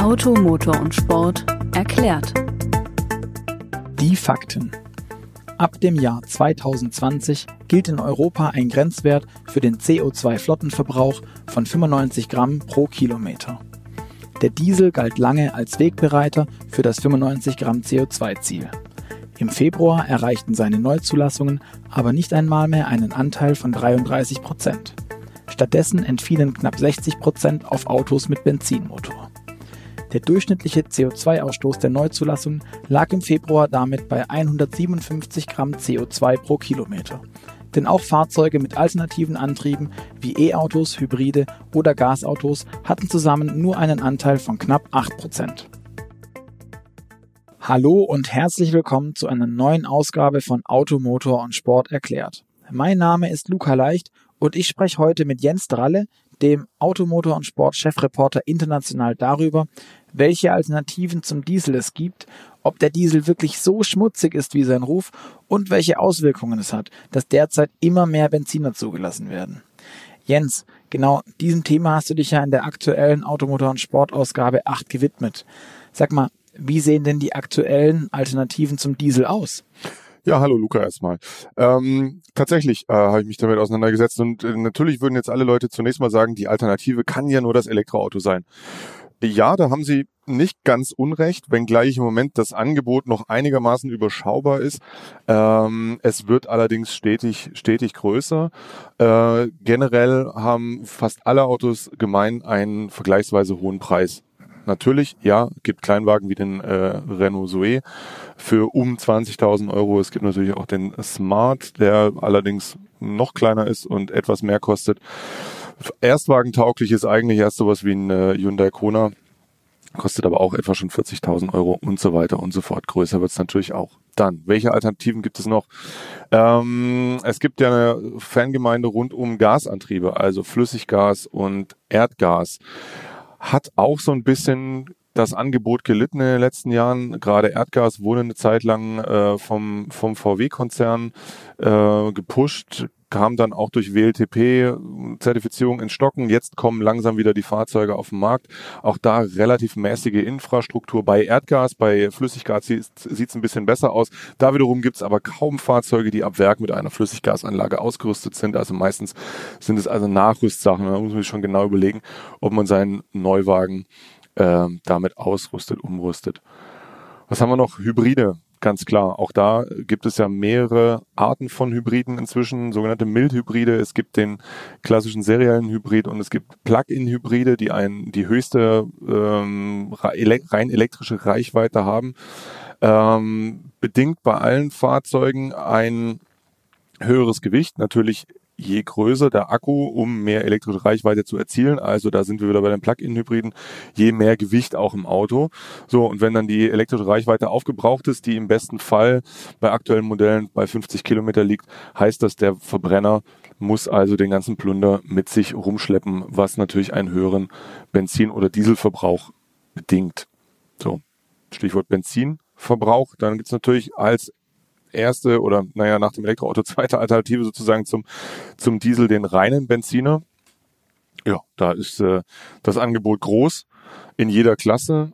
Auto, Motor und Sport erklärt. Die Fakten. Ab dem Jahr 2020 gilt in Europa ein Grenzwert für den CO2-Flottenverbrauch von 95 Gramm pro Kilometer. Der Diesel galt lange als Wegbereiter für das 95 Gramm CO2-Ziel. Im Februar erreichten seine Neuzulassungen aber nicht einmal mehr einen Anteil von 33%. Stattdessen entfielen knapp 60% auf Autos mit Benzinmotor. Der durchschnittliche CO2-Ausstoß der Neuzulassungen lag im Februar damit bei 157 Gramm CO2 pro Kilometer. Denn auch Fahrzeuge mit alternativen Antrieben wie E-Autos, Hybride oder Gasautos hatten zusammen nur einen Anteil von knapp 8%. Hallo und herzlich willkommen zu einer neuen Ausgabe von Auto, Motor und Sport erklärt. Mein Name ist Luca Leicht und ich spreche heute mit Jens Dralle, dem Auto, Motor und Sport Chefreporter international darüber, welche Alternativen zum Diesel es gibt, ob der Diesel wirklich so schmutzig ist wie sein Ruf und welche Auswirkungen es hat, dass derzeit immer mehr Benziner zugelassen werden. Jens, genau diesem Thema hast du dich ja in der aktuellen Auto, Motor und Sport Ausgabe 8 gewidmet. Sag mal, wie sehen denn die aktuellen Alternativen zum Diesel aus? Ja, hallo Luca erstmal. Tatsächlich habe ich mich damit auseinandergesetzt und natürlich würden jetzt alle Leute zunächst mal sagen, die Alternative kann ja nur das Elektroauto sein. Ja, da haben sie nicht ganz unrecht, wenngleich im Moment das Angebot noch einigermaßen überschaubar ist. Es wird allerdings stetig größer. Generell haben fast alle Autos gemein einen vergleichsweise hohen Preis. Natürlich, ja, gibt Kleinwagen wie den Renault Zoe für um 20.000 Euro. Es gibt natürlich auch den Smart, der allerdings noch kleiner ist und etwas mehr kostet. Erstwagentauglich ist eigentlich erst sowas wie ein Hyundai Kona, kostet aber auch etwa schon 40.000 Euro und so weiter und so fort. Größer wird es natürlich auch. Dann, welche Alternativen gibt es noch? Es gibt ja eine Fangemeinde rund um Gasantriebe, also Flüssiggas und Erdgas. Hat auch so ein bisschen das Angebot gelitten in den letzten Jahren. Gerade Erdgas wurde eine Zeit lang vom VW-Konzern gepusht, kam dann auch durch WLTP-Zertifizierung ins Stocken. Jetzt kommen langsam wieder die Fahrzeuge auf den Markt. Auch da relativ mäßige Infrastruktur. Bei Erdgas, bei Flüssiggas sieht es ein bisschen besser aus. Da wiederum gibt es aber kaum Fahrzeuge, die ab Werk mit einer Flüssiggasanlage ausgerüstet sind. Also meistens sind es also Nachrüstsachen. Da muss man sich schon genau überlegen, ob man seinen Neuwagen damit ausrüstet, umrüstet. Was haben wir noch? Hybride. Ganz klar, auch da gibt es ja mehrere Arten von Hybriden inzwischen, sogenannte Mildhybride. Es gibt den klassischen seriellen Hybrid und es gibt Plug-in-Hybride, die höchste rein elektrische Reichweite haben. Bedingt bei allen Fahrzeugen ein höheres Gewicht, natürlich je größer der Akku, um mehr elektrische Reichweite zu erzielen. Also da sind wir wieder bei den Plug-in-Hybriden. Je mehr Gewicht auch im Auto. So, und wenn dann die elektrische Reichweite aufgebraucht ist, die im besten Fall bei aktuellen Modellen bei 50 Kilometer liegt, heißt das, der Verbrenner muss also den ganzen Plunder mit sich rumschleppen, was natürlich einen höheren Benzin- oder Dieselverbrauch bedingt. So, Stichwort Benzinverbrauch. Dann gibt's natürlich als erste oder nach dem Elektroauto zweite Alternative sozusagen zum Diesel den reinen Benziner. Ja, da ist das Angebot groß in jeder Klasse,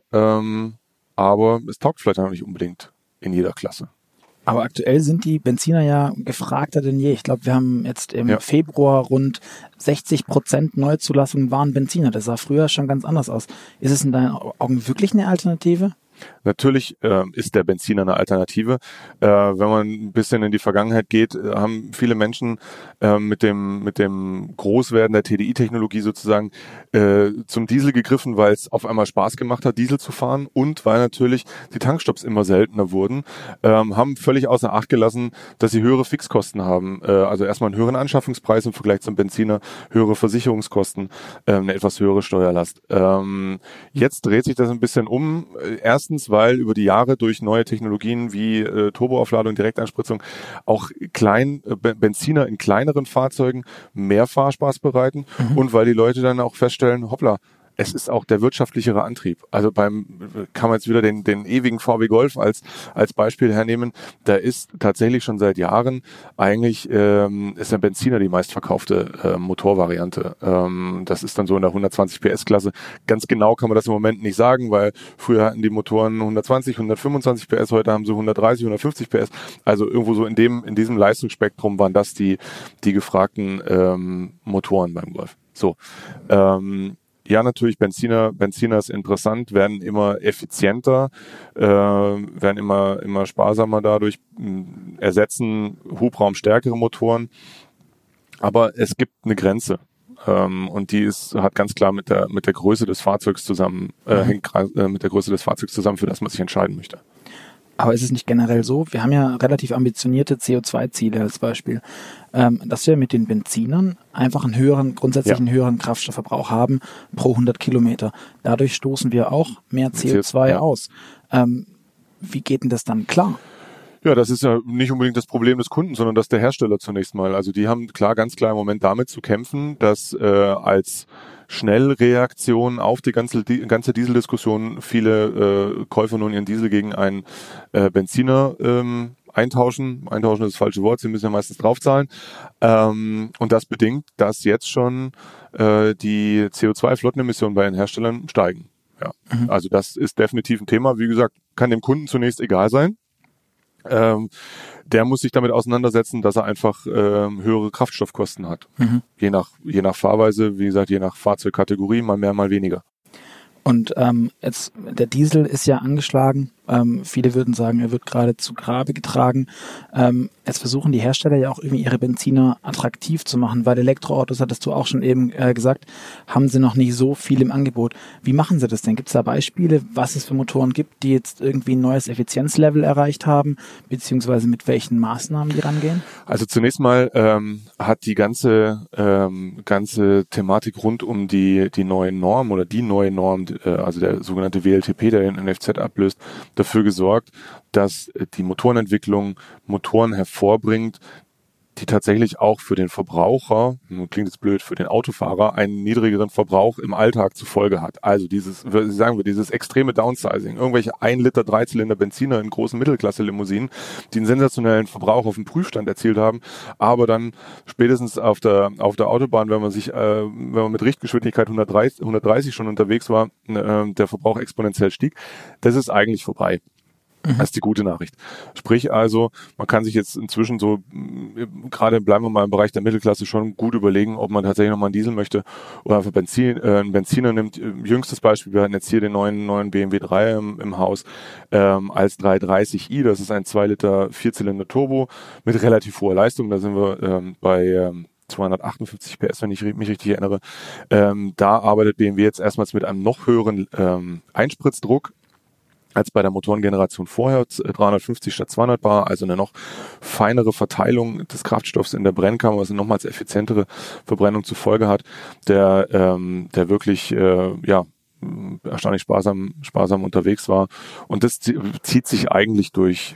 aber es taugt vielleicht auch nicht unbedingt in jeder Klasse. Aber aktuell sind die Benziner ja gefragter denn je. Ich glaube, wir haben jetzt im Februar rund 60% Neuzulassungen waren Benziner. Das sah früher schon ganz anders aus. Ist es in deinen Augen wirklich eine Alternative? Natürlich ist der Benziner eine Alternative. Wenn man ein bisschen in die Vergangenheit geht, haben viele Menschen mit dem Großwerden der TDI-Technologie sozusagen zum Diesel gegriffen, weil es auf einmal Spaß gemacht hat, Diesel zu fahren und weil natürlich die Tankstopps immer seltener wurden, haben völlig außer Acht gelassen, dass sie höhere Fixkosten haben. Also erstmal einen höheren Anschaffungspreis im Vergleich zum Benziner, höhere Versicherungskosten, eine etwas höhere Steuerlast. Jetzt dreht sich das ein bisschen um. Erstens, weil über die Jahre durch neue Technologien wie Turboaufladung, Direkteinspritzung auch Benziner in kleineren Fahrzeugen mehr Fahrspaß bereiten und weil die Leute dann auch feststellen, hoppla, es ist auch der wirtschaftlichere Antrieb. Also kann man jetzt wieder den ewigen VW Golf als Beispiel hernehmen. Da ist tatsächlich schon seit Jahren eigentlich ist der Benziner die meistverkaufte Motorvariante. Das ist dann so in der 120 PS Klasse. Ganz genau kann man das im Moment nicht sagen, weil früher hatten die Motoren 120, 125 PS, heute haben sie 130, 150 PS. Also irgendwo so in diesem Leistungsspektrum waren das die gefragten Motoren beim Golf. So. Ja, natürlich, Benziner ist interessant, werden immer effizienter, werden immer sparsamer dadurch, ersetzen hubraumstärkere Motoren. Aber es gibt eine Grenze. Und die hat ganz klar mit der Größe des Fahrzeugs hängt mit der Größe des Fahrzeugs zusammen, für das man sich entscheiden möchte. Aber ist es nicht generell so, wir haben ja relativ ambitionierte CO2-Ziele als Beispiel, dass wir mit den Benzinern einfach einen höheren Kraftstoffverbrauch haben pro 100 Kilometer. Dadurch stoßen wir auch mehr CO2 aus. Wie geht denn das dann klar? Ja, das ist ja nicht unbedingt das Problem des Kunden, sondern das der Hersteller zunächst mal. Also die haben ganz klar im Moment damit zu kämpfen, dass als Schnellreaktion auf die ganze Dieseldiskussion viele Käufer nun ihren Diesel gegen einen Benziner eintauschen. Eintauschen ist das falsche Wort, sie müssen ja meistens draufzahlen. Und das bedingt, dass jetzt schon die CO2-Flottenemissionen bei den Herstellern steigen. Ja. Also das ist definitiv ein Thema. Wie gesagt, kann dem Kunden zunächst egal sein. Der muss sich damit auseinandersetzen, dass er einfach höhere Kraftstoffkosten hat. Je nach Fahrweise, wie gesagt, je nach Fahrzeugkategorie, mal mehr, mal weniger. Und jetzt der Diesel ist ja angeschlagen. Viele würden sagen, er wird gerade zu Grabe getragen. Jetzt versuchen die Hersteller ja auch irgendwie ihre Benziner attraktiv zu machen, weil Elektroautos, hattest du auch schon eben gesagt, haben sie noch nicht so viel im Angebot. Wie machen sie das denn? Gibt es da Beispiele, was es für Motoren gibt, die jetzt irgendwie ein neues Effizienzlevel erreicht haben, beziehungsweise mit welchen Maßnahmen die rangehen? Also zunächst mal hat die ganze Thematik rund um die neue Norm oder die neue Norm, also der sogenannte WLTP, der den NFZ ablöst, dafür gesorgt, dass die Motorenentwicklung Motoren hervorbringt, die tatsächlich auch für den Verbraucher, klingt jetzt blöd, für den Autofahrer einen niedrigeren Verbrauch im Alltag zur Folge hat. Also dieses extreme Downsizing, irgendwelche 1 Liter 3-Zylinder Benziner in großen Mittelklasse-Limousinen, die einen sensationellen Verbrauch auf dem Prüfstand erzielt haben, aber dann spätestens auf der Autobahn, wenn man mit Richtgeschwindigkeit 130 schon unterwegs war, der Verbrauch exponentiell stieg, das ist eigentlich vorbei. Das ist die gute Nachricht. Sprich also, man kann sich jetzt inzwischen so, gerade bleiben wir mal im Bereich der Mittelklasse, schon gut überlegen, ob man tatsächlich nochmal einen Diesel möchte oder einfach einen Benziner nimmt. Jüngstes Beispiel, wir hatten jetzt hier den neuen BMW 3 im Haus als 330i. Das ist ein 2 Liter 4-Zylinder Turbo mit relativ hoher Leistung. Da sind wir bei 258 PS, wenn ich mich richtig erinnere. Da arbeitet BMW jetzt erstmals mit einem noch höheren Einspritzdruck als bei der Motorengeneration vorher, 350 statt 200 bar, also eine noch feinere Verteilung des Kraftstoffs in der Brennkammer, was eine nochmals effizientere Verbrennung zur Folge hat, der wirklich erstaunlich sparsam unterwegs war. Und das zieht sich eigentlich durch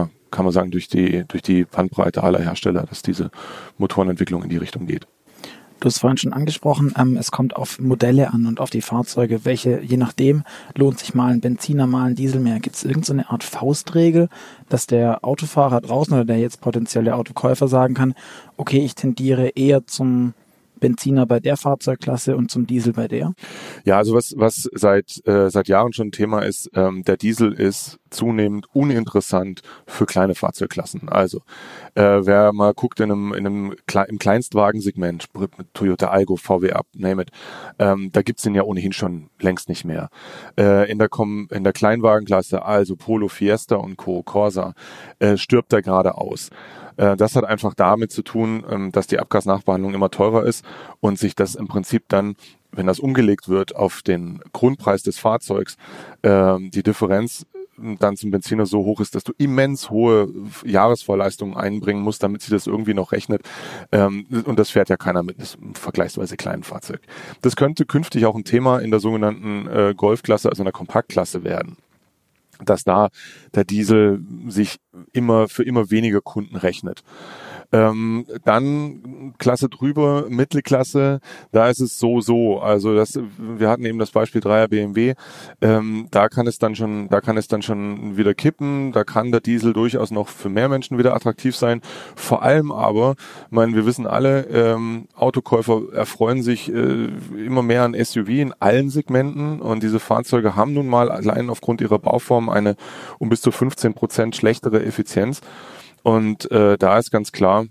die Bandbreite aller Hersteller, dass diese Motorenentwicklung in die Richtung geht. Du hast vorhin schon angesprochen, es kommt auf Modelle an und auf die Fahrzeuge, je nachdem lohnt sich mal ein Benziner, mal ein Diesel mehr. Gibt es irgendeine Art Faustregel, dass der Autofahrer draußen oder der jetzt potenzielle Autokäufer sagen kann, okay, ich tendiere eher zum Benziner bei der Fahrzeugklasse und zum Diesel bei der? Ja, also was seit Jahren schon Thema ist, der Diesel ist zunehmend uninteressant für kleine Fahrzeugklassen. Also wer mal guckt im Kleinstwagensegment, Toyota Aygo, VW Up, name it, da gibt's den ja ohnehin schon längst nicht mehr. In der Kleinwagenklasse, also Polo, Fiesta und Co. Corsa, stirbt er gerade aus. Das hat einfach damit zu tun, dass die Abgasnachbehandlung immer teurer ist und sich das im Prinzip dann, wenn das umgelegt wird auf den Grundpreis des Fahrzeugs, die Differenz dann zum Benziner so hoch ist, dass du immens hohe Jahresvorleistungen einbringen musst, damit sich das irgendwie noch rechnet. Und das fährt ja keiner mit einem vergleichsweise kleinen Fahrzeug. Das könnte künftig auch ein Thema in der sogenannten Golfklasse, also in der Kompaktklasse werden, dass da der Diesel sich für immer weniger Kunden rechnet. Dann Klasse drüber, Mittelklasse, da ist es so. Also wir hatten eben das Beispiel 3er BMW, da kann es dann schon wieder kippen, da kann der Diesel durchaus noch für mehr Menschen wieder attraktiv sein. Vor allem aber, ich meine, wir wissen alle, Autokäufer erfreuen sich immer mehr an SUV in allen Segmenten und diese Fahrzeuge haben nun mal allein aufgrund ihrer Bauform eine um bis zu 15% schlechtere Effizienz. Und da ist ganz klar,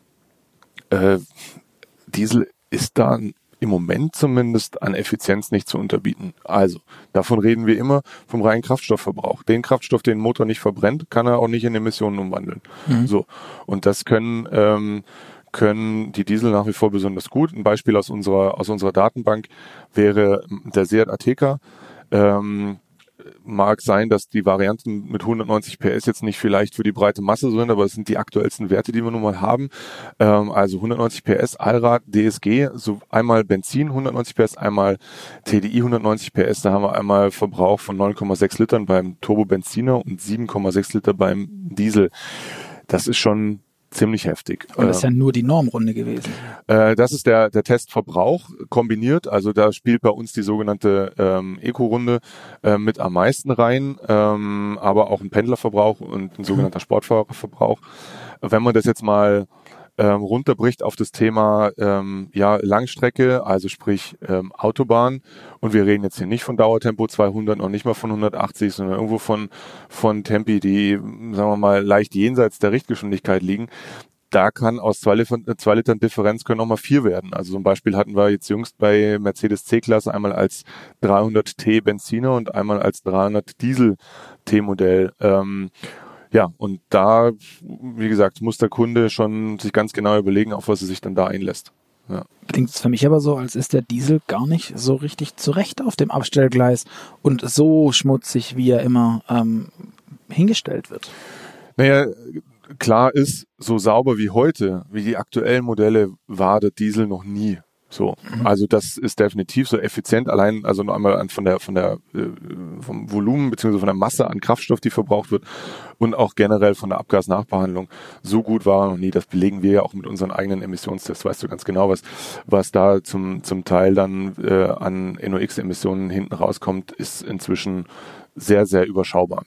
Diesel ist da im Moment zumindest an Effizienz nicht zu unterbieten. Also, davon reden wir immer vom reinen Kraftstoffverbrauch. Den Kraftstoff, den ein Motor nicht verbrennt, kann er auch nicht in Emissionen umwandeln. So. Und das können die Diesel nach wie vor besonders gut. Ein Beispiel aus unserer Datenbank wäre der Seat Ateca. Mag sein, dass die Varianten mit 190 PS jetzt nicht vielleicht für die breite Masse sind, aber es sind die aktuellsten Werte, die wir nun mal haben. Also 190 PS Allrad DSG, so einmal Benzin 190 PS, einmal TDI 190 PS. Da haben wir einmal Verbrauch von 9,6 Litern beim Turbo-Benziner und 7,6 Liter beim Diesel. Das ist schon ziemlich heftig. Und das ist ja nur die Normrunde gewesen. Das ist der Testverbrauch kombiniert. Also da spielt bei uns die sogenannte Eco-Runde mit am meisten rein, aber auch ein Pendlerverbrauch und ein sogenannter Sportfahrerverbrauch. Wenn man das jetzt mal runterbricht auf das Thema Langstrecke, also sprich Autobahn, und wir reden jetzt hier nicht von Dauertempo 200, noch nicht mal von 180, sondern irgendwo von Tempi, die, sagen wir mal, leicht jenseits der Richtgeschwindigkeit liegen, da kann aus 2 Litern Differenz können auch mal 4 werden. Also zum Beispiel hatten wir jetzt jüngst bei Mercedes C-Klasse einmal als 300T Benziner und einmal als 300 Diesel T-Modell. Und da, wie gesagt, muss der Kunde schon sich ganz genau überlegen, auf was er sich dann da einlässt. Ja. Klingt es für mich aber so, als ist der Diesel gar nicht so richtig zurecht auf dem Abstellgleis und so schmutzig, wie er immer hingestellt wird. Naja, klar ist, so sauber wie heute, wie die aktuellen Modelle, war der Diesel noch nie. So, also das ist definitiv so effizient, allein, also noch einmal vom Volumen bzw. von der Masse an Kraftstoff, die verbraucht wird und auch generell von der Abgasnachbehandlung. So gut war er noch nie. Das belegen wir ja auch mit unseren eigenen Emissionstests. Weißt du ganz genau, was da zum Teil dann an NOx-Emissionen hinten rauskommt, ist inzwischen sehr, sehr überschaubar.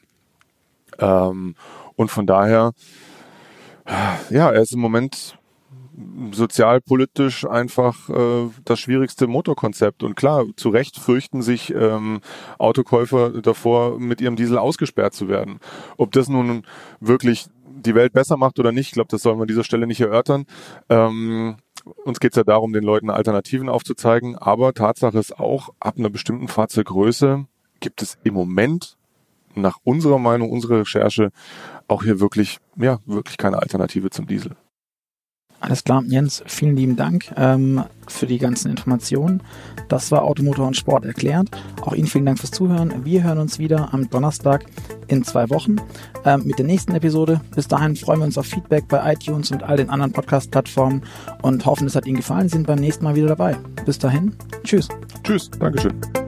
Und von daher, ja, er ist im Moment sozialpolitisch einfach das schwierigste Motorkonzept. Und klar, zu Recht fürchten sich Autokäufer davor, mit ihrem Diesel ausgesperrt zu werden. Ob das nun wirklich die Welt besser macht oder nicht, ich glaube, das sollen wir an dieser Stelle nicht erörtern. Uns geht es ja darum, den Leuten Alternativen aufzuzeigen. Aber Tatsache ist auch, ab einer bestimmten Fahrzeuggröße gibt es im Moment nach unserer Meinung, unserer Recherche, auch hier wirklich keine Alternative zum Diesel. Alles klar, Jens, vielen lieben Dank für die ganzen Informationen. Das war Auto, Motor und Sport erklärt. Auch Ihnen vielen Dank fürs Zuhören. Wir hören uns wieder am Donnerstag in 2 Wochen mit der nächsten Episode. Bis dahin freuen wir uns auf Feedback bei iTunes und all den anderen Podcast-Plattformen und hoffen, es hat Ihnen gefallen. Sie sind beim nächsten Mal wieder dabei. Bis dahin, tschüss. Tschüss, Dankeschön.